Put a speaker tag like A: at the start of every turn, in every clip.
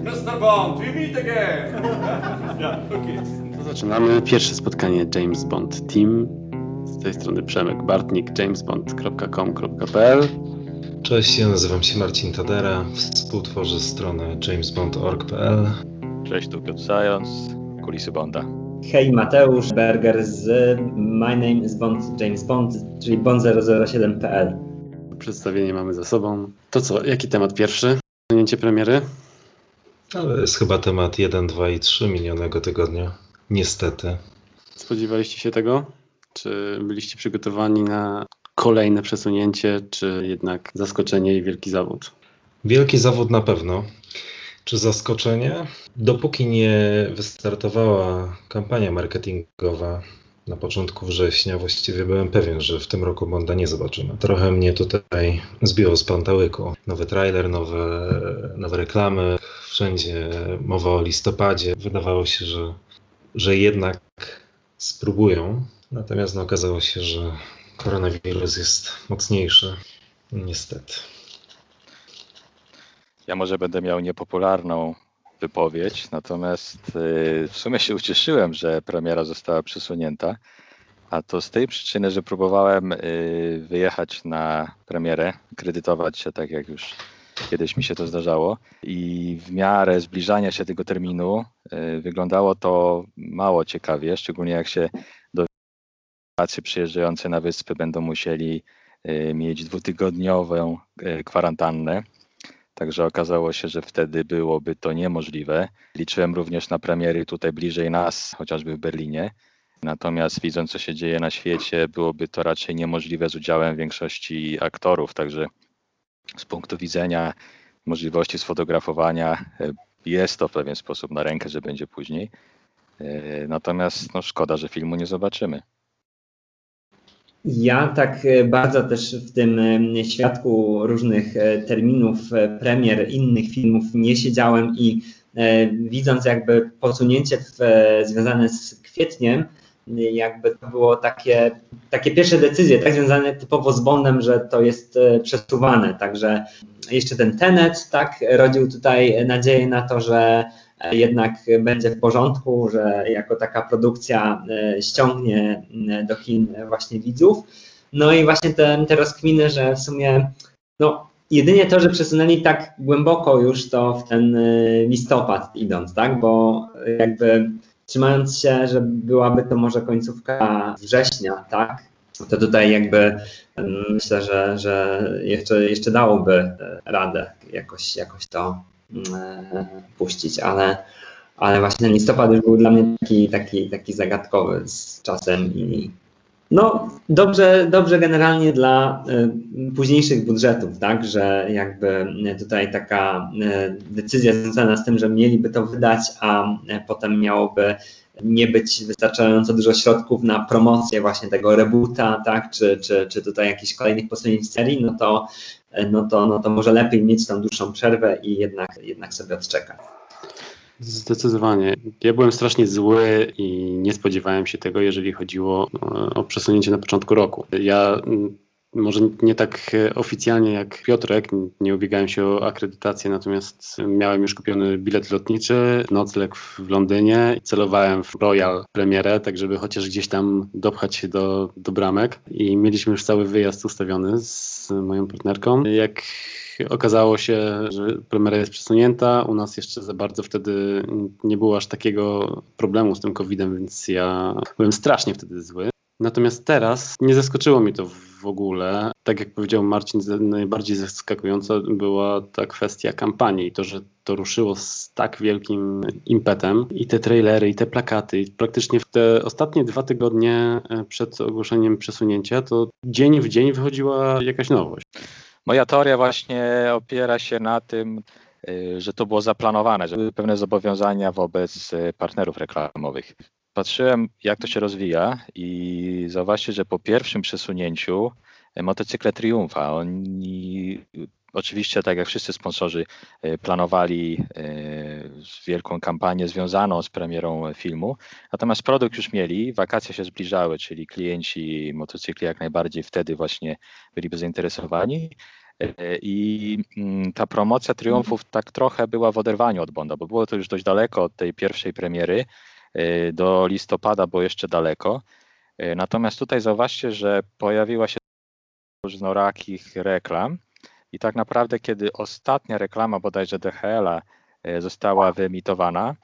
A: Mr. Bond, we meet again!
B: To zaczynamy pierwsze spotkanie James Bond Team. Z tej strony Przemek Bartnik, jamesbond.com.pl.
C: Cześć, ja nazywam się Marcin Tadera, współtworzę stronę jamesbond.org.pl.
D: Cześć, tu Piotr Zając, Kulisy Bonda.
E: Hej, Mateusz Berger z My Name is Bond, James Bond, czyli bond007.pl.
B: Przedstawienie mamy za sobą. To co, jaki temat pierwszy? Przesunięcie premiery?
C: Ale jest chyba temat 1, 2 i 3 minionego tygodnia. Niestety.
B: Spodziewaliście się tego? Czy byliście przygotowani na kolejne przesunięcie, czy jednak zaskoczenie i wielki zawód?
C: Wielki zawód na pewno. Czy zaskoczenie? Dopóki nie wystartowała kampania marketingowa na początku września, właściwie byłem pewien, że w tym roku Bonda nie zobaczymy. Trochę mnie tutaj zbiło z pantałyku. Nowy trailer, nowe reklamy, wszędzie mowa o listopadzie. Wydawało się, że jednak spróbują. Natomiast okazało się, że koronawirus jest mocniejszy. Niestety.
D: Ja może będę miał niepopularną wypowiedź, natomiast w sumie się ucieszyłem, że premiera została przesunięta, a to z tej przyczyny, że próbowałem wyjechać na premierę, kredytować się tak jak już kiedyś mi się to zdarzało i w miarę zbliżania się tego terminu wyglądało to mało ciekawie, szczególnie jak się dowiedzą, przyjeżdżający na wyspy będą musieli mieć 2-tygodniową kwarantannę. Także okazało się, że wtedy byłoby to niemożliwe. Liczyłem również na premiery tutaj bliżej nas, chociażby w Berlinie. Natomiast widząc, co się dzieje na świecie, byłoby to raczej niemożliwe z udziałem większości aktorów. Także z punktu widzenia możliwości sfotografowania jest to w pewien sposób na rękę, że będzie później. Natomiast szkoda, że filmu nie zobaczymy.
E: Ja tak bardzo też w tym świadku różnych terminów, premier innych filmów nie siedziałem i widząc jakby posunięcie związane z kwietniem, jakby to było takie pierwsze decyzje, tak związane typowo z Bondem, że to jest przesuwane. Także jeszcze ten Tenet, tak, rodził tutaj nadzieję na to, że jednak będzie w porządku, że jako taka produkcja ściągnie do kin właśnie widzów. No i właśnie te rozkminy, że w sumie jedynie to, że przesunęli tak głęboko już to w ten listopad idąc, tak, bo jakby trzymając się, że byłaby to może końcówka września, tak, to tutaj jakby myślę, że jeszcze dałoby radę jakoś to puścić, ale właśnie listopad już był dla mnie taki zagadkowy z czasem i dobrze generalnie dla późniejszych budżetów, tak, że jakby tutaj taka decyzja związana z tym, że mieliby to wydać, a potem miałoby nie być wystarczająco dużo środków na promocję właśnie tego reboota, tak, czy tutaj jakichś kolejnych posunięć serii, no to może lepiej mieć tą dłuższą przerwę i jednak sobie odczekać.
B: Zdecydowanie. Ja byłem strasznie zły i nie spodziewałem się tego, jeżeli chodziło o przesunięcie na początku roku. Ja może nie tak oficjalnie jak Piotrek, nie ubiegałem się o akredytację, natomiast miałem już kupiony bilet lotniczy, nocleg w Londynie i celowałem w Royal premierę, tak żeby chociaż gdzieś tam dopchać się do bramek i mieliśmy już cały wyjazd ustawiony z moją partnerką. Jak okazało się, że premiera jest przesunięta, u nas jeszcze za bardzo wtedy nie było aż takiego problemu z tym COVID-em, więc ja byłem strasznie wtedy zły. Natomiast teraz nie zaskoczyło mnie to w ogóle. Tak jak powiedział Marcin, najbardziej zaskakująca była ta kwestia kampanii. To, że to ruszyło z tak wielkim impetem i te trailery, i te plakaty. I praktycznie w te ostatnie 2 tygodnie przed ogłoszeniem przesunięcia to dzień w dzień wychodziła jakaś nowość.
D: Moja teoria właśnie opiera się na tym, że to było zaplanowane, że były pewne zobowiązania wobec partnerów reklamowych. Patrzyłem, jak to się rozwija i zauważcie, że po pierwszym przesunięciu motocykle Triumfa, oni oczywiście, tak jak wszyscy sponsorzy, planowali wielką kampanię związaną z premierą filmu, natomiast produkt już mieli, wakacje się zbliżały, czyli klienci motocykli jak najbardziej wtedy właśnie byliby zainteresowani. I ta promocja triumfów tak trochę była w oderwaniu od Bonda, bo było to już dość daleko od tej pierwszej premiery. Do listopada było jeszcze daleko. Natomiast tutaj zauważcie, że pojawiła się różnorakich reklam i tak naprawdę kiedy ostatnia reklama bodajże DHL-a została wyemitowana,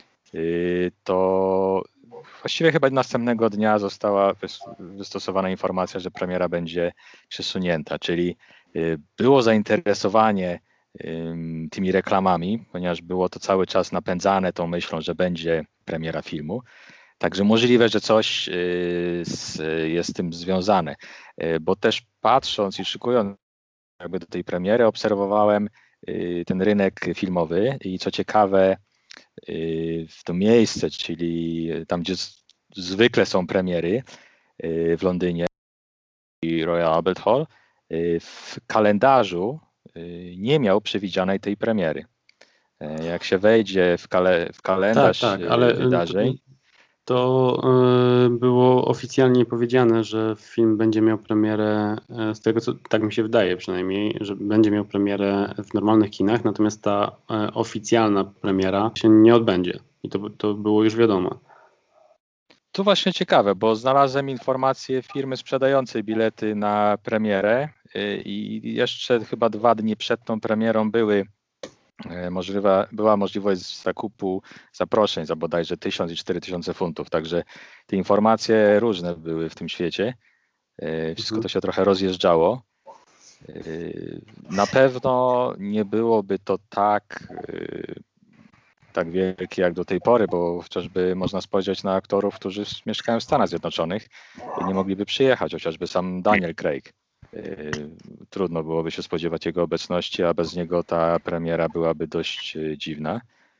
D: to właściwie chyba następnego dnia została wystosowana informacja, że premiera będzie przesunięta, czyli było zainteresowanie tymi reklamami, ponieważ było to cały czas napędzane tą myślą, że będzie premiera filmu. Także możliwe, że coś jest z tym związane, bo też patrząc i szykując jakby do tej premiery, obserwowałem ten rynek filmowy i co ciekawe, w to miejsce, czyli tam, gdzie zwykle są premiery w Londynie i Royal Albert Hall, w kalendarzu nie miał przewidzianej tej premiery. Jak się wejdzie w kalendarz
B: ale
D: wydarzeń,
B: to było oficjalnie powiedziane, że film będzie miał premierę, z tego co tak mi się wydaje przynajmniej, że będzie miał premierę w normalnych kinach, natomiast ta oficjalna premiera się nie odbędzie i to było już wiadomo.
D: To właśnie ciekawe, bo znalazłem informację firmy sprzedającej bilety na premierę i jeszcze chyba 2 dni przed tą premierą była możliwość zakupu zaproszeń za bodajże 1000 i 4000 funtów, także te informacje różne były w tym świecie. Wszystko to się trochę rozjeżdżało. Na pewno nie byłoby to tak wielkie jak do tej pory, bo chociażby można spojrzeć na aktorów, którzy mieszkają w Stanach Zjednoczonych i nie mogliby przyjechać, chociażby sam Daniel Craig. Trudno byłoby się spodziewać jego obecności, a bez niego ta premiera byłaby dość dziwna.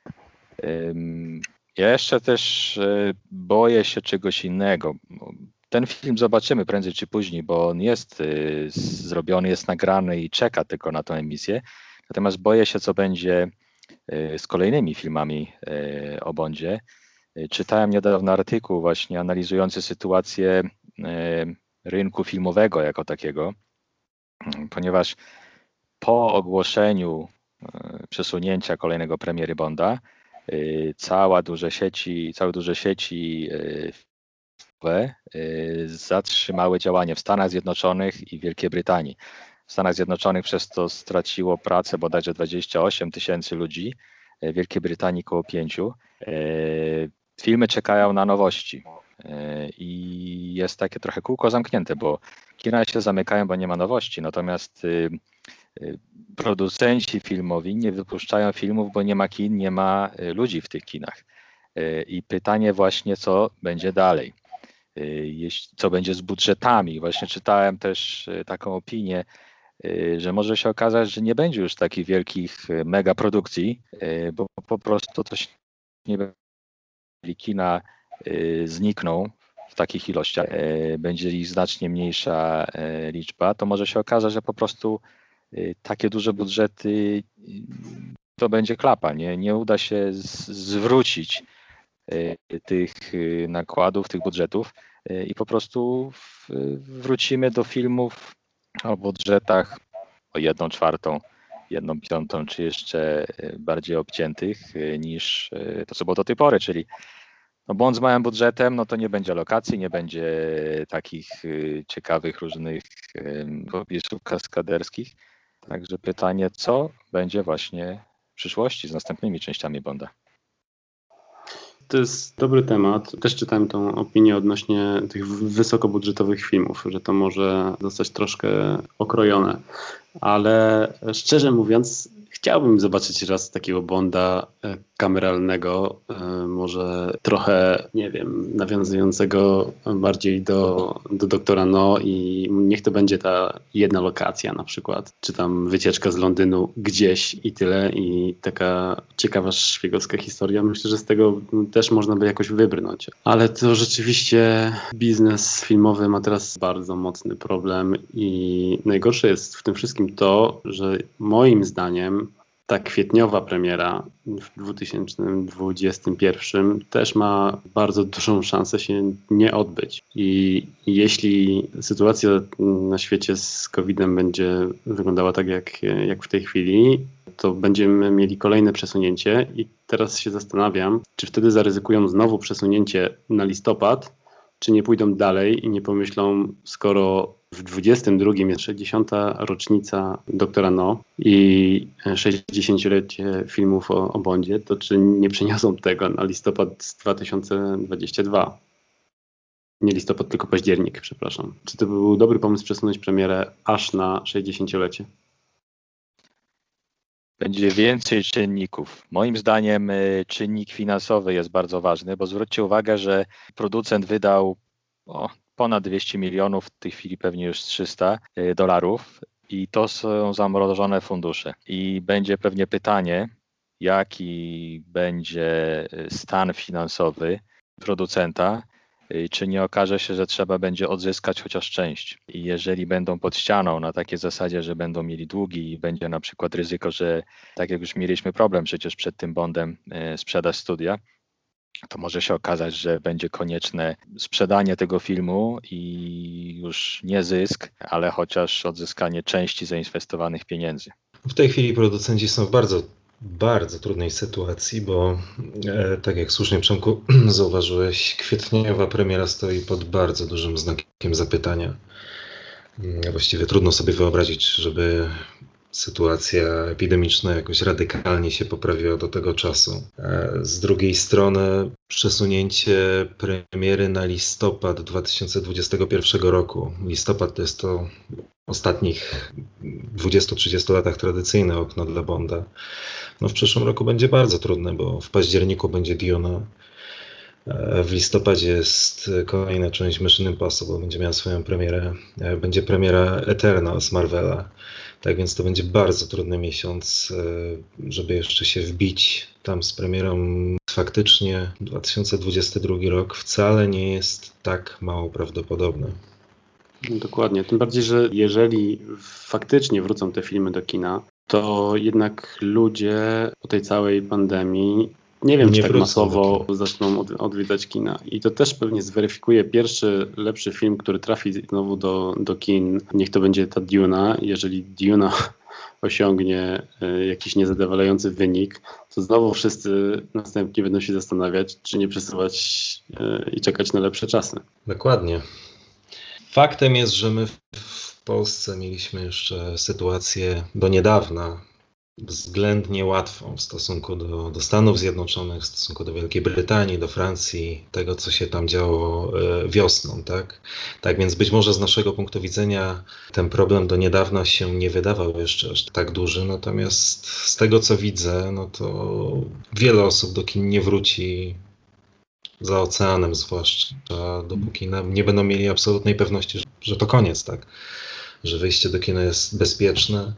D: Ja jeszcze też boję się czegoś innego. Ten film zobaczymy prędzej czy później, bo on jest zrobiony, jest nagrany i czeka tylko na tę emisję. Natomiast boję się, co będzie z kolejnymi filmami o Bondzie. Czytałem niedawno artykuł właśnie analizujący sytuację rynku filmowego jako takiego, ponieważ po ogłoszeniu przesunięcia kolejnego premiery Bonda całe duże sieci zatrzymały działanie w Stanach Zjednoczonych i Wielkiej Brytanii. W Stanach Zjednoczonych przez to straciło pracę bodajże 28 000 ludzi, w Wielkiej Brytanii około 5. Filmy czekają na nowości i jest takie trochę kółko zamknięte, bo kina się zamykają, bo nie ma nowości, natomiast producenci filmowi nie wypuszczają filmów, bo nie ma kin, nie ma ludzi w tych kinach. I pytanie właśnie, co będzie dalej, co będzie z budżetami. Właśnie czytałem też taką opinię, że może się okazać, że nie będzie już takich wielkich megaprodukcji, bo po prostu to się nie będzie. Kina znikną w takich ilościach, będzie ich znacznie mniejsza liczba, to może się okazać, że po prostu takie duże budżety to będzie klapa. Nie uda się zwrócić tych nakładów, tych budżetów i po prostu wrócimy do filmów o budżetach o 1/4, 1/5, czy jeszcze bardziej obciętych niż to, co było do tej pory, czyli Bond z małym budżetem, no to nie będzie lokacji, nie będzie takich ciekawych różnych popisów kaskaderskich. Także pytanie, co będzie właśnie w przyszłości z następnymi częściami Bonda?
B: To jest dobry temat. Też czytałem tą opinię odnośnie tych wysokobudżetowych filmów, że to może zostać troszkę okrojone. Ale szczerze mówiąc, chciałbym zobaczyć raz takiego Bonda kameralnego, może trochę, nie wiem, nawiązującego bardziej do Doktora No i niech to będzie ta jedna lokacja na przykład, czy tam wycieczka z Londynu gdzieś i tyle i taka ciekawa szpiegowska historia. Myślę, że z tego też można by jakoś wybrnąć. Ale to rzeczywiście biznes filmowy ma teraz bardzo mocny problem i najgorsze jest w tym wszystkim to, że moim zdaniem ta kwietniowa premiera w 2021 też ma bardzo dużą szansę się nie odbyć. I jeśli sytuacja na świecie z COVID-em będzie wyglądała tak jak w tej chwili, to będziemy mieli kolejne przesunięcie i teraz się zastanawiam, czy wtedy zaryzykują znowu przesunięcie na listopad, czy nie pójdą dalej i nie pomyślą, skoro w 22 jest 60. rocznica Doktora No i 60-lecie filmów o Bondzie, to czy nie przeniosą tego na listopad 2022? Nie listopad, tylko październik, przepraszam. Czy to był dobry pomysł przesunąć premierę aż na 60-lecie?
D: Będzie więcej czynników. Moim zdaniem czynnik finansowy jest bardzo ważny, bo zwróćcie uwagę, że producent wydał ponad 200 milionów, w tej chwili pewnie już $300 i to są zamrożone fundusze. I będzie pewnie pytanie, jaki będzie stan finansowy producenta, czy nie okaże się, że trzeba będzie odzyskać chociaż część. I jeżeli będą pod ścianą na takiej zasadzie, że będą mieli długi i będzie na przykład ryzyko, że tak jak już mieliśmy problem przecież przed tym bondem sprzedaż studia, to może się okazać, że będzie konieczne sprzedanie tego filmu i już nie zysk, ale chociaż odzyskanie części zainwestowanych pieniędzy.
C: W tej chwili producenci są w bardzo trudnej sytuacji, bo tak jak słusznie, Przemku, zauważyłeś, kwietniowa premiera stoi pod bardzo dużym znakiem zapytania. Właściwie trudno sobie wyobrazić, żeby sytuacja epidemiczna jakoś radykalnie się poprawiła do tego czasu. Z drugiej strony przesunięcie premiery na listopad 2021 roku. Listopad to jest to ostatnich 20-30 latach tradycyjne okno dla Bonda. No w przyszłym roku będzie bardzo trudne, bo w październiku będzie Duna. W listopadzie jest kolejna część Mission Impossible, będzie miała swoją premierę. Będzie premiera Eternal z Marvela. Tak więc to będzie bardzo trudny miesiąc, żeby jeszcze się wbić tam z premierą. Faktycznie 2022 rok wcale nie jest tak mało prawdopodobny.
B: Dokładnie, tym bardziej, że jeżeli faktycznie wrócą te filmy do kina, to jednak ludzie po tej całej pandemii nie wiem, czy tak masowo zaczną odwiedzać kina. I to też pewnie zweryfikuje pierwszy lepszy film, który trafi znowu do kin. Niech to będzie ta Duna. Jeżeli Duna osiągnie jakiś niezadowalający wynik, to znowu wszyscy następnie będą się zastanawiać, czy nie przesuwać i czekać na lepsze czasy.
C: Dokładnie. Faktem jest, że my w Polsce mieliśmy jeszcze sytuację do niedawna względnie łatwą w stosunku do Stanów Zjednoczonych, w stosunku do Wielkiej Brytanii, do Francji, tego co się tam działo wiosną, tak? Tak więc być może z naszego punktu widzenia ten problem do niedawna się nie wydawał jeszcze aż tak duży, natomiast z tego co widzę, no to wiele osób do kin nie wróci za oceanem zwłaszcza, dopóki nie będą mieli absolutnej pewności, że to koniec, tak? Że wyjście do kina jest bezpieczne,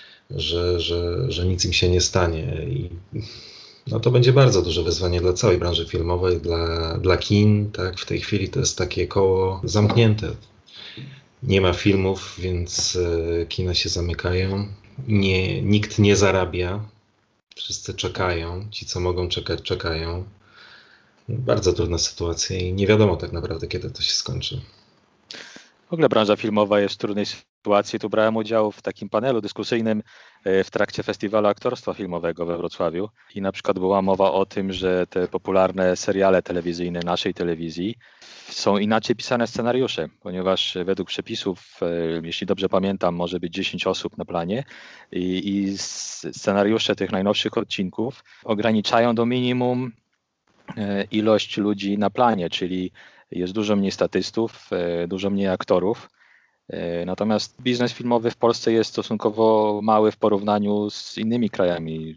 C: że nic im się nie stanie. I no to będzie bardzo duże wyzwanie dla całej branży filmowej, dla kin. Tak? W tej chwili to jest takie koło zamknięte. Nie ma filmów, więc kina się zamykają. Nikt nie zarabia. Wszyscy czekają. Ci, co mogą czekać, czekają. Bardzo trudna sytuacja i nie wiadomo tak naprawdę, kiedy to się skończy.
D: W ogóle branża filmowa jest w trudnej sytuacji. Tu brałem udział w takim panelu dyskusyjnym w trakcie Festiwalu Aktorstwa Filmowego we Wrocławiu i na przykład była mowa o tym, że te popularne seriale telewizyjne naszej telewizji są inaczej pisane scenariusze, ponieważ według przepisów, jeśli dobrze pamiętam, może być 10 osób na planie i scenariusze tych najnowszych odcinków ograniczają do minimum ilość ludzi na planie, czyli jest dużo mniej statystów, dużo mniej aktorów. Natomiast biznes filmowy w Polsce jest stosunkowo mały w porównaniu z innymi krajami,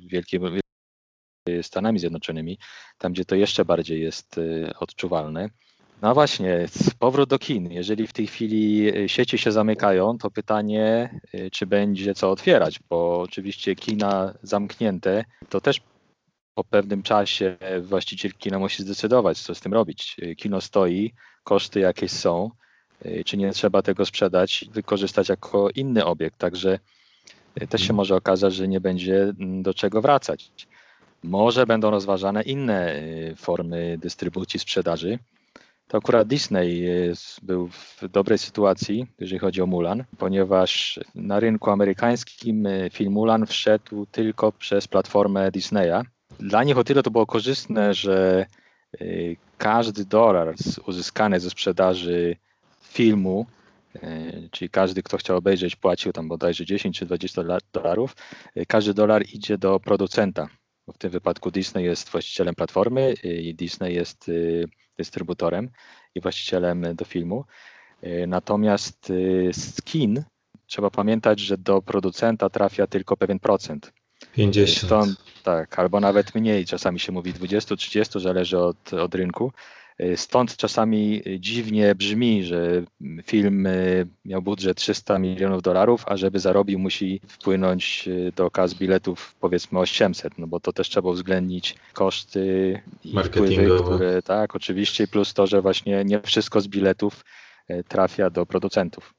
D: Stanami Zjednoczonymi, tam gdzie to jeszcze bardziej jest odczuwalne. No właśnie, powrót do kin. Jeżeli w tej chwili sieci się zamykają, to pytanie, czy będzie co otwierać, bo oczywiście kina zamknięte, to też po pewnym czasie właściciel kina musi zdecydować, co z tym robić. Kino stoi, koszty jakieś są, czy nie trzeba tego sprzedać, wykorzystać jako inny obiekt. Także też się może okazać, że nie będzie do czego wracać. Może będą rozważane inne formy dystrybucji, sprzedaży. To akurat Disney był w dobrej sytuacji, jeżeli chodzi o Mulan, ponieważ na rynku amerykańskim film Mulan wszedł tylko przez platformę Disneya. Dla nich o tyle to było korzystne, że każdy dolar uzyskany ze sprzedaży filmu, czyli każdy, kto chciał obejrzeć, płacił tam bodajże 10 czy 20 dolarów, każdy dolar idzie do producenta. W tym wypadku Disney jest właścicielem platformy i Disney jest dystrybutorem i właścicielem do filmu. Natomiast z kin trzeba pamiętać, że do producenta trafia tylko pewien procent.
C: 50.
D: Stąd, tak, albo nawet mniej, czasami się mówi 20-30, zależy od rynku. Stąd czasami dziwnie brzmi, że film miał budżet 300 milionów dolarów, a żeby zarobił, musi wpłynąć do kas biletów powiedzmy 800, no bo to też trzeba uwzględnić koszty i wpływy, które tak, oczywiście, plus to, że właśnie nie wszystko z biletów trafia do producentów.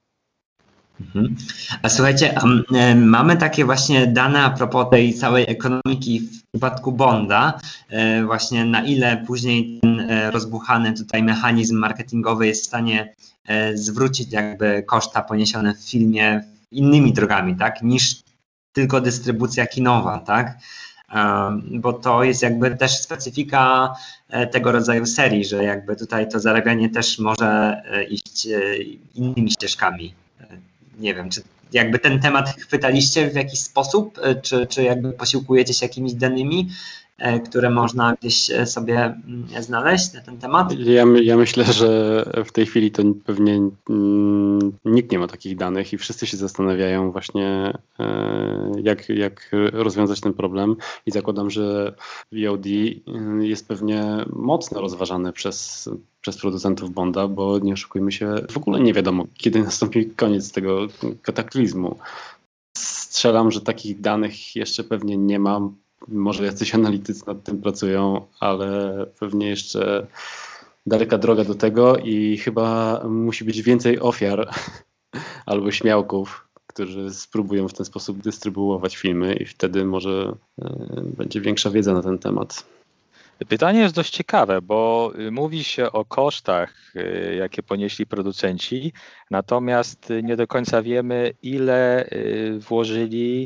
E: A słuchajcie, mamy takie właśnie dane a propos tej całej ekonomiki w przypadku Bonda, właśnie na ile później ten rozbuchany tutaj mechanizm marketingowy jest w stanie zwrócić jakby koszta poniesione w filmie innymi drogami, tak, niż tylko dystrybucja kinowa, tak? Bo to jest jakby też specyfika tego rodzaju serii, że jakby tutaj to zarabianie też może iść innymi ścieżkami. Nie wiem, czy jakby ten temat chwytaliście w jakiś sposób, czy jakby posiłkujecie się jakimiś danymi, które można gdzieś sobie znaleźć na ten temat?
B: Ja myślę, że w tej chwili to pewnie nikt nie ma takich danych i wszyscy się zastanawiają właśnie jak rozwiązać ten problem i zakładam, że VOD jest pewnie mocno rozważane przez producentów Bonda, bo nie oszukujmy się, w ogóle nie wiadomo, kiedy nastąpi koniec tego kataklizmu. Strzelam, że takich danych jeszcze pewnie nie mam. Może jacyś analitycy nad tym pracują, ale pewnie jeszcze daleka droga do tego i chyba musi być więcej ofiar albo śmiałków, którzy spróbują w ten sposób dystrybuować filmy i wtedy może będzie większa wiedza na ten temat.
D: Pytanie jest dość ciekawe, bo mówi się o kosztach, jakie ponieśli producenci, natomiast nie do końca wiemy, ile włożyli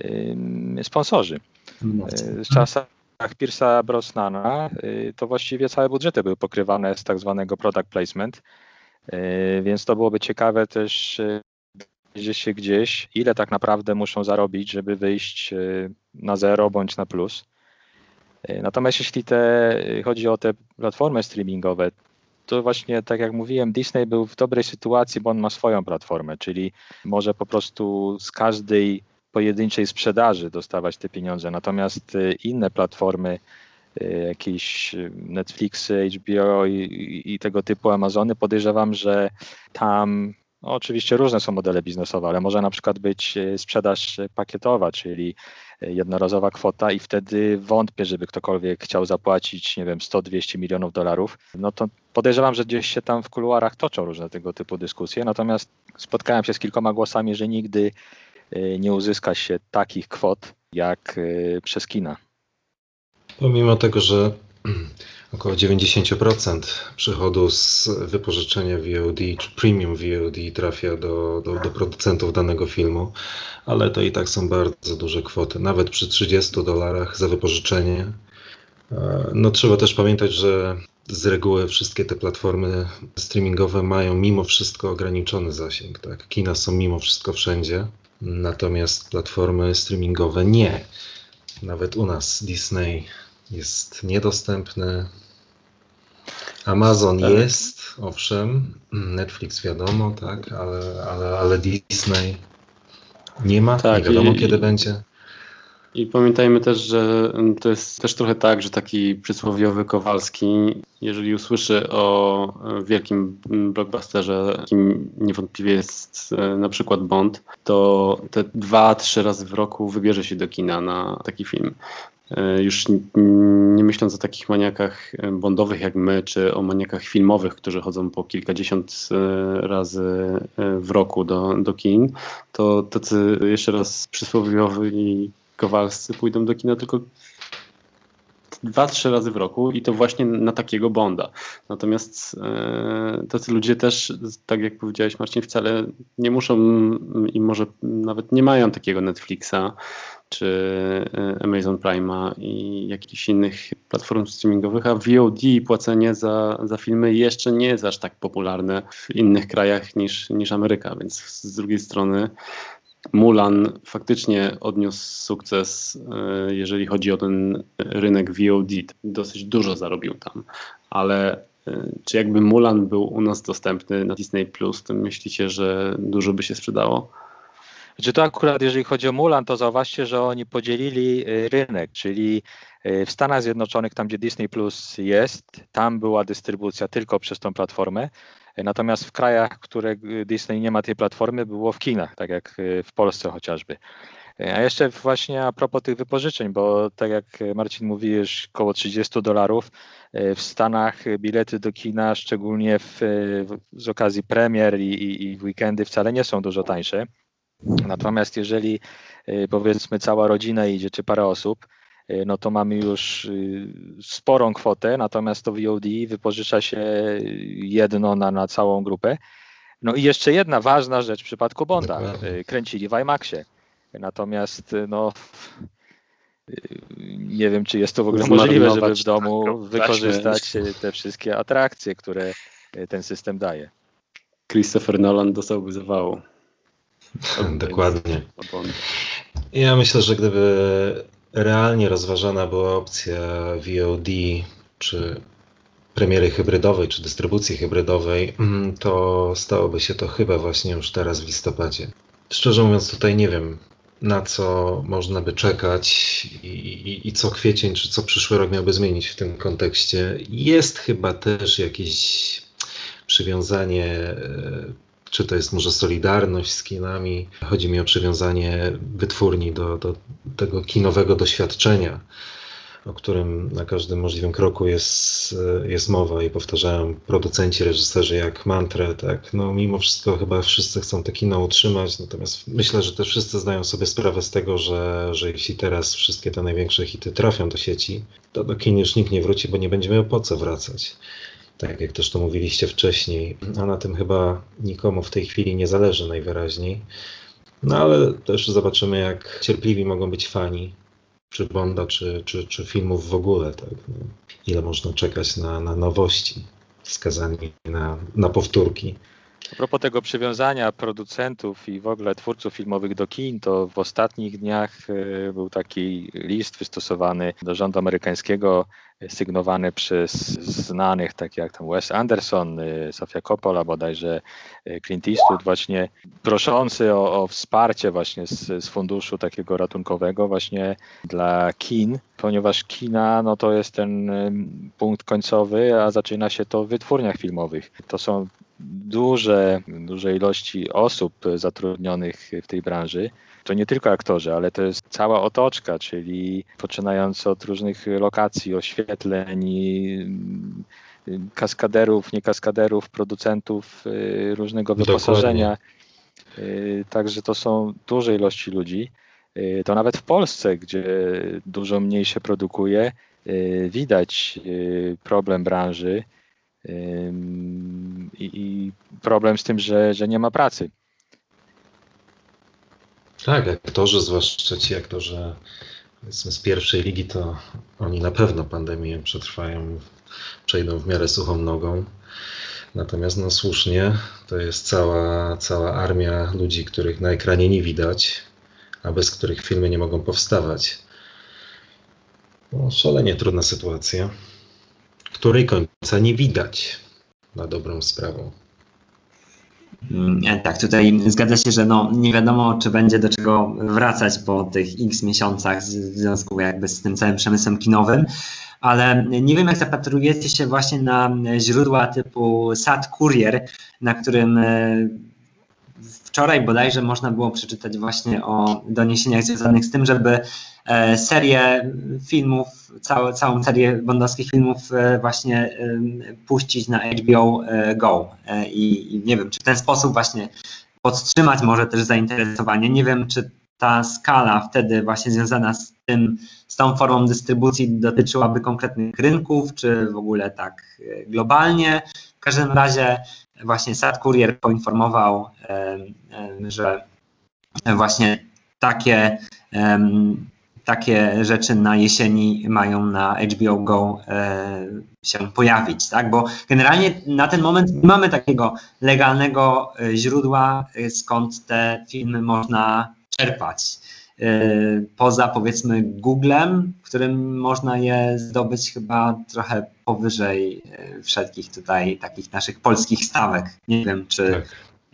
D: sponsorzy. W czasach Pierce'a Brosnana to właściwie całe budżety były pokrywane z tak zwanego product placement, więc to byłoby ciekawe też gdzieś, ile tak naprawdę muszą zarobić, żeby wyjść na zero bądź na plus. Natomiast jeśli chodzi o te platformy streamingowe, to właśnie tak jak mówiłem, Disney był w dobrej sytuacji, bo on ma swoją platformę, czyli może po prostu z każdej pojedynczej sprzedaży dostawać te pieniądze. Natomiast inne platformy, jakieś Netflixy, HBO i tego typu Amazony, podejrzewam, że tam oczywiście różne są modele biznesowe, ale może na przykład być sprzedaż pakietowa, czyli jednorazowa kwota i wtedy wątpię, żeby ktokolwiek chciał zapłacić, nie wiem, 100-200 milionów dolarów. No to podejrzewam, że gdzieś się tam w kuluarach toczą różne tego typu dyskusje, natomiast spotkałem się z kilkoma głosami, że nigdy nie uzyska się takich kwot jak przez kina.
C: Pomimo tego, że około 90% przychodu z wypożyczenia VOD czy premium VOD trafia do producentów danego filmu, ale to i tak są bardzo duże kwoty, nawet przy $30 za wypożyczenie. No trzeba też pamiętać, że z reguły wszystkie te platformy streamingowe mają mimo wszystko ograniczony zasięg. Tak? Kina są mimo wszystko wszędzie, natomiast platformy streamingowe nie. Nawet u nas Disney jest niedostępny. Amazon jest, owszem, Netflix wiadomo, tak, ale Disney nie ma, tak, nie wiadomo kiedy będzie.
B: I pamiętajmy też, że to jest też trochę tak, że taki przysłowiowy Kowalski, jeżeli usłyszy o wielkim blockbusterze, jakim niewątpliwie jest na przykład Bond, to te 2-3 razy w roku wybierze się do kina na taki film. Już nie myśląc o takich maniakach bondowych jak my, czy o maniakach filmowych, którzy chodzą po kilkadziesiąt razy w roku do kin, to tacy jeszcze raz przysłowiowy i Kowalscy pójdą do kina tylko 2-3 razy w roku i to właśnie na takiego Bonda. Natomiast tacy ludzie też, tak jak powiedziałeś Marcin, wcale nie muszą i może nawet nie mają takiego Netflixa czy Amazon Prime'a i jakichś innych platform streamingowych, a VOD i płacenie za filmy jeszcze nie jest aż tak popularne w innych krajach niż Ameryka, więc z drugiej strony Mulan faktycznie odniósł sukces, jeżeli chodzi o ten rynek VOD. Dosyć dużo zarobił tam, ale czy jakby Mulan był u nas dostępny na Disney+, to myślicie, że dużo by się sprzedało?
D: Czy to akurat, jeżeli chodzi o Mulan, to zauważcie, że oni podzielili rynek, czyli w Stanach Zjednoczonych, tam gdzie Disney Plus jest, tam była dystrybucja tylko przez tą platformę, natomiast w krajach, w których Disney nie ma tej platformy, było w kinach, tak jak w Polsce chociażby. A jeszcze właśnie a propos tych wypożyczeń, bo tak jak Marcin mówi, już około $30 w Stanach bilety do kina, szczególnie z okazji premier i w weekendy wcale nie są dużo tańsze. Natomiast jeżeli powiedzmy cała rodzina idzie, czy parę osób, no to mamy już sporą kwotę, natomiast to VOD wypożycza się jedno na całą grupę. No i jeszcze jedna ważna rzecz w przypadku Bonda. Kręcili w IMAXie. Natomiast no nie wiem, czy jest to w ogóle możliwe, żeby w domu wykorzystać te wszystkie atrakcje, które ten system daje.
B: Christopher Nolan dostałby zawału.
C: Dokładnie. Ja myślę, że gdyby realnie rozważana była opcja VOD, czy premiery hybrydowej, czy dystrybucji hybrydowej, to stałoby się to chyba właśnie już teraz w listopadzie. Szczerze mówiąc, tutaj nie wiem, na co można by czekać i co kwiecień, czy co przyszły rok miałby zmienić w tym kontekście. Jest chyba też jakieś przywiązanie, czy to jest może solidarność z kinami. Chodzi mi o przywiązanie wytwórni do tego kinowego doświadczenia, o którym na każdym możliwym kroku jest mowa i powtarzają producenci, reżyserzy jak mantrę, tak, no mimo wszystko chyba wszyscy chcą te kino utrzymać, natomiast myślę, że też wszyscy zdają sobie sprawę z tego, że jeśli teraz wszystkie te największe hity trafią do sieci, to do kin już nikt nie wróci, bo nie będzie miał po co wracać. Tak jak też to mówiliście wcześniej, a na tym chyba nikomu w tej chwili nie zależy najwyraźniej. No ale też zobaczymy, jak cierpliwi mogą być fani, czy Bonda, czy filmów w ogóle. Tak? No, ile można czekać na nowości, skazani na powtórki.
D: A propos tego przywiązania producentów i w ogóle twórców filmowych do kin, to w ostatnich dniach był taki list wystosowany do rządu amerykańskiego, sygnowany przez znanych, tak jak tam Wes Anderson, Sofia Coppola, bodajże Clint Eastwood, właśnie proszący o wsparcie właśnie z funduszu takiego ratunkowego właśnie dla kin, ponieważ kina no to jest ten punkt końcowy, a zaczyna się to w wytwórniach filmowych. To są duże ilości osób zatrudnionych w tej branży. To nie tylko aktorzy, ale to jest cała otoczka, czyli poczynając od różnych lokacji, oświetleń, kaskaderów, niekaskaderów, producentów różnego wyposażenia. Także to są duże ilości ludzi. To nawet w Polsce, gdzie dużo mniej się produkuje, widać problem branży i problem z tym, że nie ma pracy.
C: Tak, aktorzy, zwłaszcza ci aktorzy powiedzmy z pierwszej ligi, to oni na pewno pandemię przetrwają, przejdą w miarę suchą nogą. Natomiast no słusznie, to jest cała armia ludzi, których na ekranie nie widać, a bez których filmy nie mogą powstawać. No, szalenie trudna sytuacja, której końca nie widać na dobrą sprawę.
E: Tak, tutaj zgadza się, że no, nie wiadomo, czy będzie do czego wracać po tych x miesiącach w związku jakby z tym całym przemysłem kinowym, ale nie wiem, jak zapatrujecie się właśnie na źródła typu Sad Courier, na którym wczoraj bodajże można było przeczytać właśnie o doniesieniach związanych z tym, żeby serię filmów, całą serię bondowskich filmów właśnie puścić na HBO Go. I nie wiem, czy w ten sposób właśnie podtrzymać może też zainteresowanie. Nie wiem, czy ta skala wtedy właśnie związana z tą formą dystrybucji dotyczyłaby konkretnych rynków, czy w ogóle tak globalnie. W każdym razie właśnie Sad Courier poinformował, że właśnie takie rzeczy na jesieni mają na HBO Go się pojawić, tak? Bo generalnie na ten moment nie mamy takiego legalnego źródła, skąd te filmy można czerpać. Poza powiedzmy Googlem, w którym można je zdobyć chyba trochę powyżej wszelkich tutaj takich naszych polskich stawek. Nie wiem, czy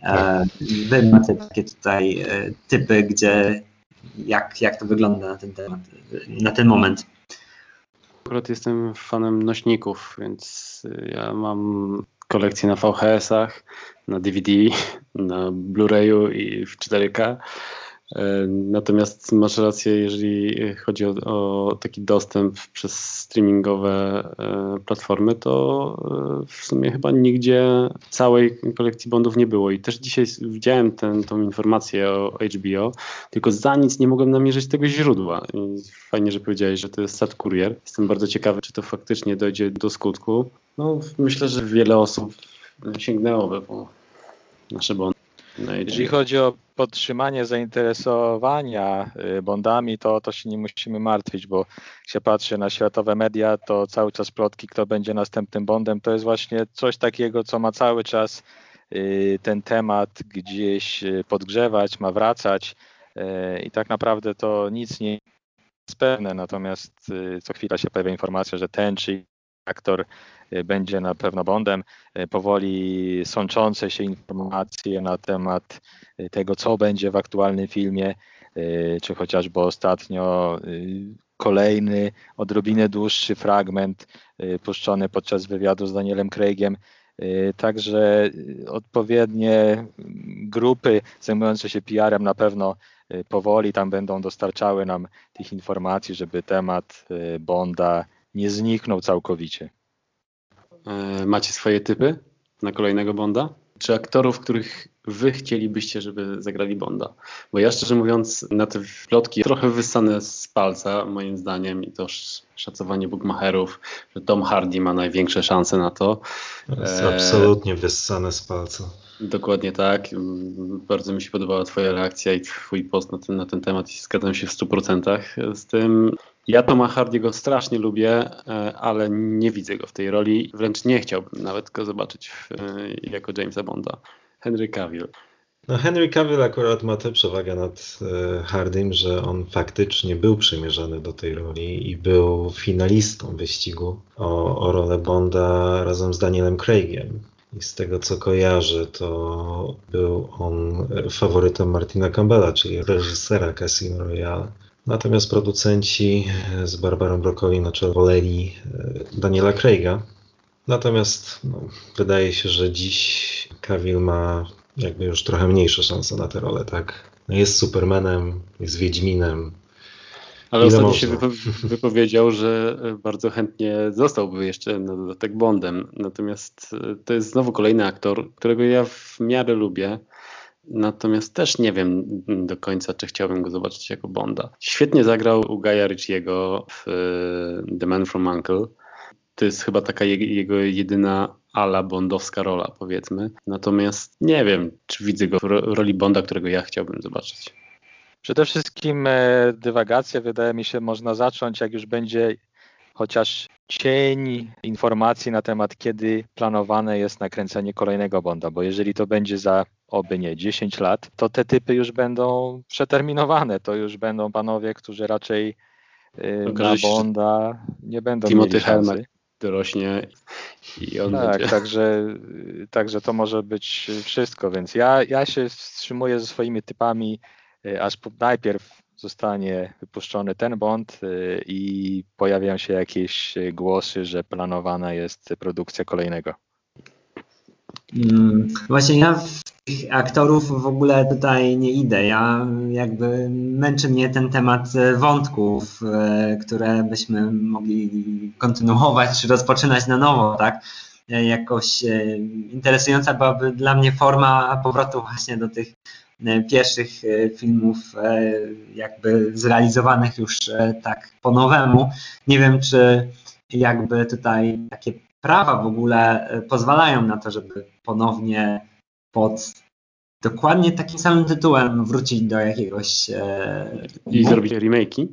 E: wy macie takie tutaj typy, gdzie jak to wygląda na ten temat, na ten moment.
B: Akurat jestem fanem nośników, więc ja mam kolekcję na VHS-ach, na DVD, na Blu-rayu i w 4K. Natomiast masz rację, jeżeli chodzi o taki dostęp przez streamingowe platformy, to w sumie chyba nigdzie całej kolekcji Bondów nie było. I też dzisiaj widziałem tą informację o HBO, tylko za nic nie mogłem namierzyć tego źródła. I fajnie, że powiedziałeś, że to jest Sad Courier. Jestem bardzo ciekawy, czy to faktycznie dojdzie do skutku. No, myślę, że wiele osób sięgnęłoby po nasze Bondy.
D: Jeżeli chodzi o podtrzymanie zainteresowania Bondami, to się nie musimy martwić, bo jak się patrzy na światowe media, to cały czas plotki, kto będzie następnym Bondem, to jest właśnie coś takiego, co ma cały czas ten temat gdzieś podgrzewać, ma wracać i tak naprawdę to nic nie jest pewne, natomiast co chwila się pojawia informacja, że ten czy aktor będzie na pewno Bondem. Powoli sączące się informacje na temat tego, co będzie w aktualnym filmie, czy chociażby ostatnio kolejny, odrobinę dłuższy fragment puszczony podczas wywiadu z Danielem Craigiem. Także odpowiednie grupy zajmujące się PR-em na pewno powoli tam będą dostarczały nam tych informacji, żeby temat Bonda nie zniknął całkowicie.
B: Macie swoje typy na kolejnego Bonda? Czy aktorów, których wy chcielibyście, żeby zagrali Bonda? Bo ja szczerze mówiąc na te plotki trochę wyssane z palca moim zdaniem i to szacowanie bookmacherów, że Tom Hardy ma największe szanse na to.
C: To jest absolutnie wyssane z palca.
B: Dokładnie tak. Bardzo mi się podobała twoja reakcja i twój post na ten temat i zgadzam się w 100% z tym. Ja Toma Hardy'ego strasznie lubię, ale nie widzę go w tej roli. Wręcz nie chciałbym nawet go zobaczyć jako Jamesa Bonda. Henry Cavill.
C: No Henry Cavill akurat ma tę przewagę nad Hardym, że on faktycznie był przymierzany do tej roli i był finalistą wyścigu o rolę Bonda razem z Danielem Craigiem. I z tego co kojarzę, to był on faworytem Martina Campbella, czyli reżysera Casino Royale. Natomiast producenci z Barbarą Broccoli na czele woleli Daniela Craiga. Natomiast wydaje się, że dziś Cavill ma jakby już trochę mniejsze szanse na tę rolę, tak? Jest Supermanem, jest Wiedźminem.
B: Ale ostatnio się wypowiedział, że bardzo chętnie zostałby jeszcze na dodatek Bondem. Natomiast to jest znowu kolejny aktor, którego ja w miarę lubię. Natomiast też nie wiem do końca, czy chciałbym go zobaczyć jako Bonda. Świetnie zagrał u Guya Ritchiego w The Man from U.N.C.L.E. To jest chyba taka jego jedyna ala bondowska rola, powiedzmy. Natomiast nie wiem, czy widzę go w roli Bonda, którego ja chciałbym zobaczyć.
D: Przede wszystkim dywagację, wydaje mi się, można zacząć, jak już będzie chociaż cień informacji na temat, kiedy planowane jest nakręcenie kolejnego Bonda, bo jeżeli to będzie za, oby nie, 10 lat, to te typy już będą przeterminowane, to już będą panowie, którzy raczej na Bonda nie będą mieli szansy.
B: dorośnie i on
D: Tak,
B: będzie...
D: także to może być wszystko, więc ja się wstrzymuję ze swoimi typami, aż najpierw zostanie wypuszczony ten Bond i pojawiają się jakieś głosy, że planowana jest produkcja kolejnego.
E: Właśnie ja w tych aktorów w ogóle tutaj nie idę. Ja jakby męczy mnie ten temat wątków, które byśmy mogli kontynuować czy rozpoczynać na nowo, tak? Jakoś interesująca byłaby dla mnie forma powrotu właśnie do tych pierwszych filmów jakby zrealizowanych już tak po nowemu. Nie wiem, czy jakby tutaj takie prawa w ogóle pozwalają na to, żeby ponownie pod dokładnie takim samym tytułem wrócić do jakiegoś...
B: I zrobić remake'i?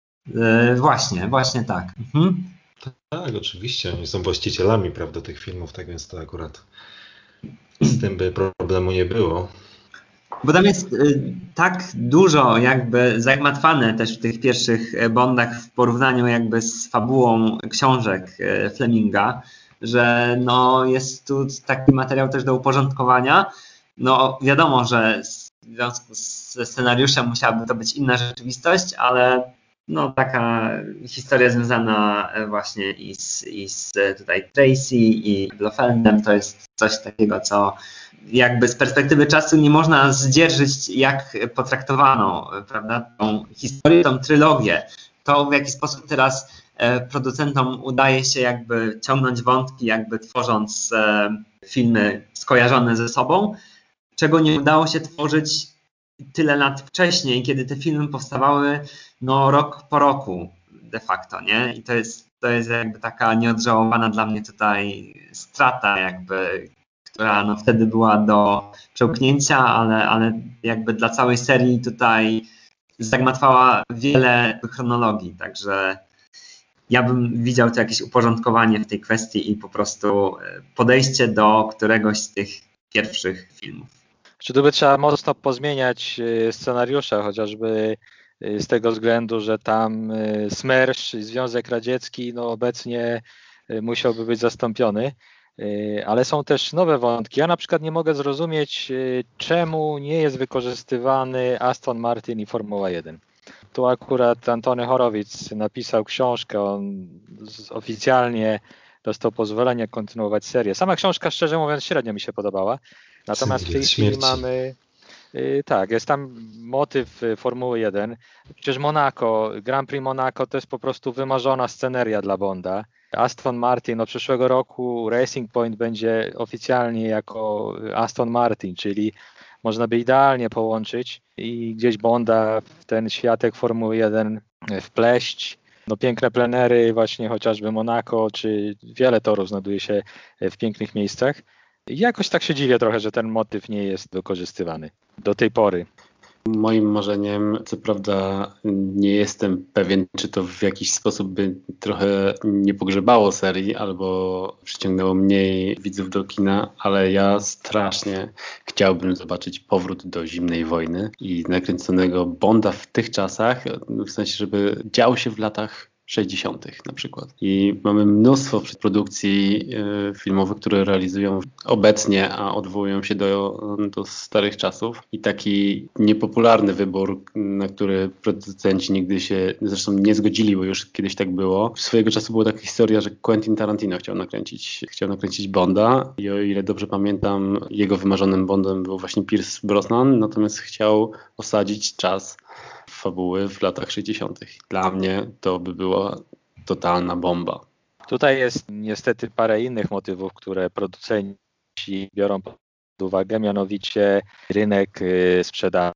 E: Właśnie tak. Mhm.
C: Tak, oczywiście. Oni są właścicielami, prawda, tych filmów, tak więc to akurat z tym by problemu nie było.
E: Bo tam jest tak dużo jakby zagmatwane też w tych pierwszych Bondach w porównaniu jakby z fabułą książek Fleminga, że no jest tu taki materiał też do uporządkowania. No wiadomo, że w związku ze scenariuszem musiałaby to być inna rzeczywistość, ale no taka historia związana właśnie i z tutaj Tracy i Blofeldem to jest coś takiego, co jakby z perspektywy czasu nie można zdzierżyć, jak potraktowano, prawda, tą historię, tą trylogię. To w jaki sposób teraz producentom udaje się jakby ciągnąć wątki, jakby tworząc filmy skojarzone ze sobą, czego nie udało się tworzyć tyle lat wcześniej, kiedy te filmy powstawały no rok po roku de facto, nie? I to jest jakby taka nieodżałowana dla mnie tutaj strata jakby, która no wtedy była do przełknięcia, ale jakby dla całej serii tutaj zagmatwała wiele chronologii, także ja bym widział to jakieś uporządkowanie w tej kwestii i po prostu podejście do któregoś z tych pierwszych filmów.
D: Czy tu by trzeba mocno pozmieniać scenariusze, chociażby z tego względu, że tam Smersh, Związek Radziecki, no obecnie musiałby być zastąpiony, ale są też nowe wątki. Ja na przykład nie mogę zrozumieć, czemu nie jest wykorzystywany Aston Martin i Formuła 1. Tu akurat Antony Horowitz napisał książkę, on oficjalnie dostał pozwolenie kontynuować serię. Sama książka, szczerze mówiąc, średnio mi się podobała. Natomiast w tej chwili mamy, tak, jest tam motyw Formuły 1. Przecież Monaco, Grand Prix Monaco to jest po prostu wymarzona sceneria dla Bonda. Aston Martin, no przyszłego roku Racing Point będzie oficjalnie jako Aston Martin, czyli można by idealnie połączyć i gdzieś Bonda w ten światek Formuły 1 wpleść. No piękne plenery, właśnie chociażby Monaco, czy wiele torów znajduje się w pięknych miejscach. I jakoś tak się dziwię trochę, że ten motyw nie jest wykorzystywany do tej pory.
B: Moim marzeniem, co prawda nie jestem pewien, czy to w jakiś sposób by trochę nie pogrzebało serii albo przyciągnęło mniej widzów do kina, ale ja strasznie chciałbym zobaczyć powrót do zimnej wojny i nakręconego Bonda w tych czasach, w sensie, żeby działo się w latach 60. na przykład. I mamy mnóstwo produkcji filmowych, które realizują obecnie, a odwołują się do starych czasów. I taki niepopularny wybór, na który producenci nigdy się zresztą nie zgodzili, bo już kiedyś tak było. Swojego czasu była taka historia, że Quentin Tarantino chciał nakręcić Bonda i o ile dobrze pamiętam, jego wymarzonym Bondem był właśnie Pierce Brosnan, natomiast chciał osadzić czas fabuły w latach 60. Dla mnie to by była totalna bomba.
D: Tutaj jest niestety parę innych motywów, które producenci biorą pod uwagę, mianowicie rynek sprzedaży.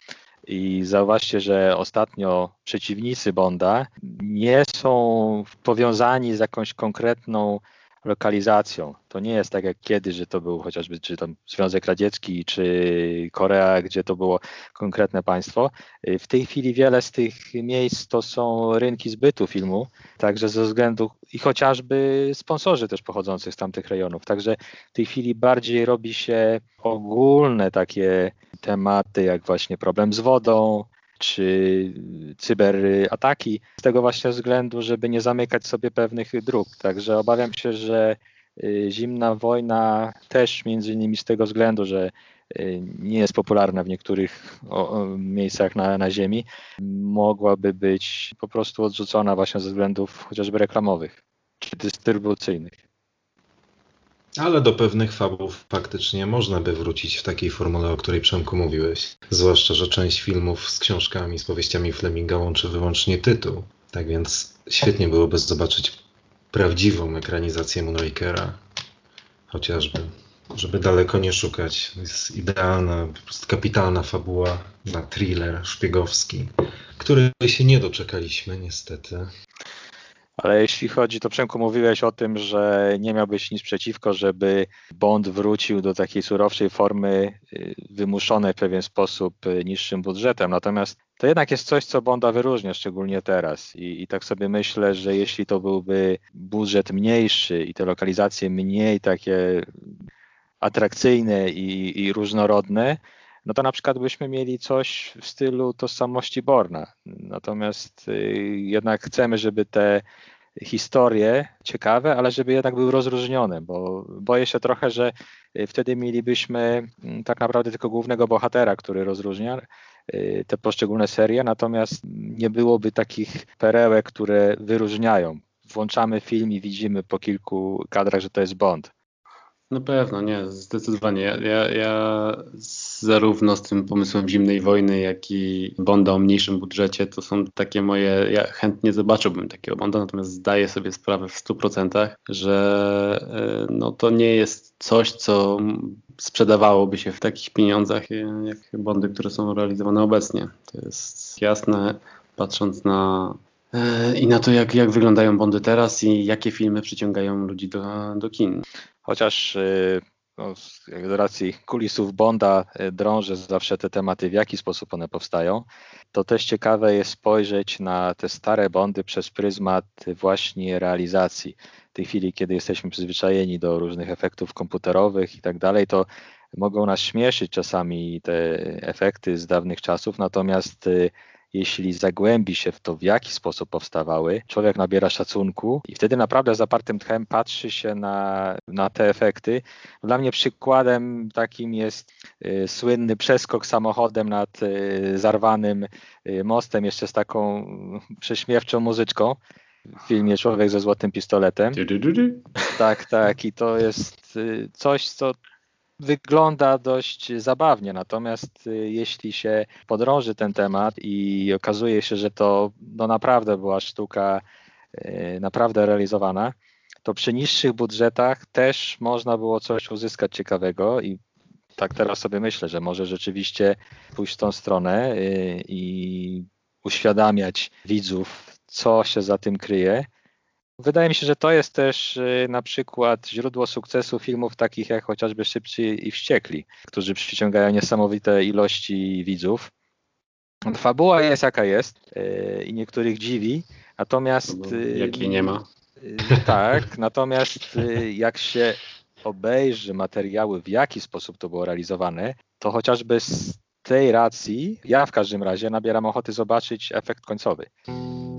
D: I zauważcie, że ostatnio przeciwnicy Bonda nie są powiązani z jakąś konkretną lokalizacją. To nie jest tak jak kiedyś, że to był chociażby czy tam Związek Radziecki, czy Korea, gdzie to było konkretne państwo. W tej chwili wiele z tych miejsc to są rynki zbytu filmu, także ze względu i chociażby sponsorzy też pochodzących z tamtych rejonów. Także w tej chwili bardziej robi się ogólne takie tematy, jak właśnie problem z wodą, czy cyberataki, z tego właśnie względu, żeby nie zamykać sobie pewnych dróg. Także obawiam się, że zimna wojna też między innymi z tego względu, że nie jest popularna w niektórych miejscach na Ziemi, mogłaby być po prostu odrzucona właśnie ze względów chociażby reklamowych czy dystrybucyjnych.
C: Ale do pewnych fabuł faktycznie można by wrócić w takiej formule, o której Przemku mówiłeś. Zwłaszcza, że część filmów z książkami, z powieściami Fleminga łączy wyłącznie tytuł. Tak więc świetnie byłoby zobaczyć prawdziwą ekranizację Moonrakera. Chociażby, żeby daleko nie szukać. To jest idealna, po prostu kapitalna fabuła na thriller szpiegowski, której się nie doczekaliśmy niestety.
D: Ale jeśli chodzi, to Przemku mówiłeś o tym, że nie miałbyś nic przeciwko, żeby Bond wrócił do takiej surowszej formy wymuszonej w pewien sposób niższym budżetem. Natomiast to jednak jest coś, co Bonda wyróżnia, szczególnie teraz. I tak sobie myślę, że jeśli to byłby budżet mniejszy i te lokalizacje mniej takie atrakcyjne i różnorodne, no to na przykład byśmy mieli coś w stylu tożsamości Bourna. Natomiast jednak chcemy, żeby te historie ciekawe, ale żeby jednak były rozróżnione, bo boję się trochę, że wtedy mielibyśmy tak naprawdę tylko głównego bohatera, który rozróżnia te poszczególne serie, natomiast nie byłoby takich perełek, które wyróżniają. Włączamy film i widzimy po kilku kadrach, że to jest Bond.
B: Na pewno, nie, zdecydowanie. Ja zarówno z tym pomysłem Zimnej Wojny, jak i Bonda o mniejszym budżecie, to są takie moje, ja chętnie zobaczyłbym takiego Bonda, natomiast zdaję sobie sprawę w 100%, że no, to nie jest coś, co sprzedawałoby się w takich pieniądzach, jak Bondy, które są realizowane obecnie. To jest jasne, patrząc i na to, jak wyglądają Bondy teraz i jakie filmy przyciągają ludzi do kin.
D: Chociaż z racji kulisów Bonda drążę zawsze te tematy, w jaki sposób one powstają, to też ciekawe jest spojrzeć na te stare Bondy przez pryzmat właśnie realizacji. W tej chwili, kiedy jesteśmy przyzwyczajeni do różnych efektów komputerowych i tak dalej, to mogą nas śmieszyć czasami te efekty z dawnych czasów, natomiast jeśli zagłębi się w to, w jaki sposób powstawały, człowiek nabiera szacunku i wtedy naprawdę zapartym tchem patrzy się na te efekty. Dla mnie przykładem takim jest słynny przeskok samochodem nad zarwanym mostem, jeszcze z taką prześmiewczą muzyczką w filmie Człowiek ze złotym pistoletem. Tak. I to jest coś, co wygląda dość zabawnie, natomiast jeśli się podrąży ten temat i okazuje się, że to naprawdę była sztuka naprawdę realizowana, to przy niższych budżetach też można było coś uzyskać ciekawego i tak teraz sobie myślę, że może rzeczywiście pójść w tą stronę i uświadamiać widzów, co się za tym kryje. Wydaje mi się, że to jest też na przykład źródło sukcesu filmów takich jak chociażby Szybcy i Wściekli, którzy przyciągają niesamowite ilości widzów. Fabuła jest jaka jest i niektórych dziwi, natomiast...
B: Jakiej nie ma.
D: Tak, natomiast jak się obejrzy materiały, w jaki sposób to było realizowane, to chociażby z tej racji ja w każdym razie nabieram ochoty zobaczyć efekt końcowy.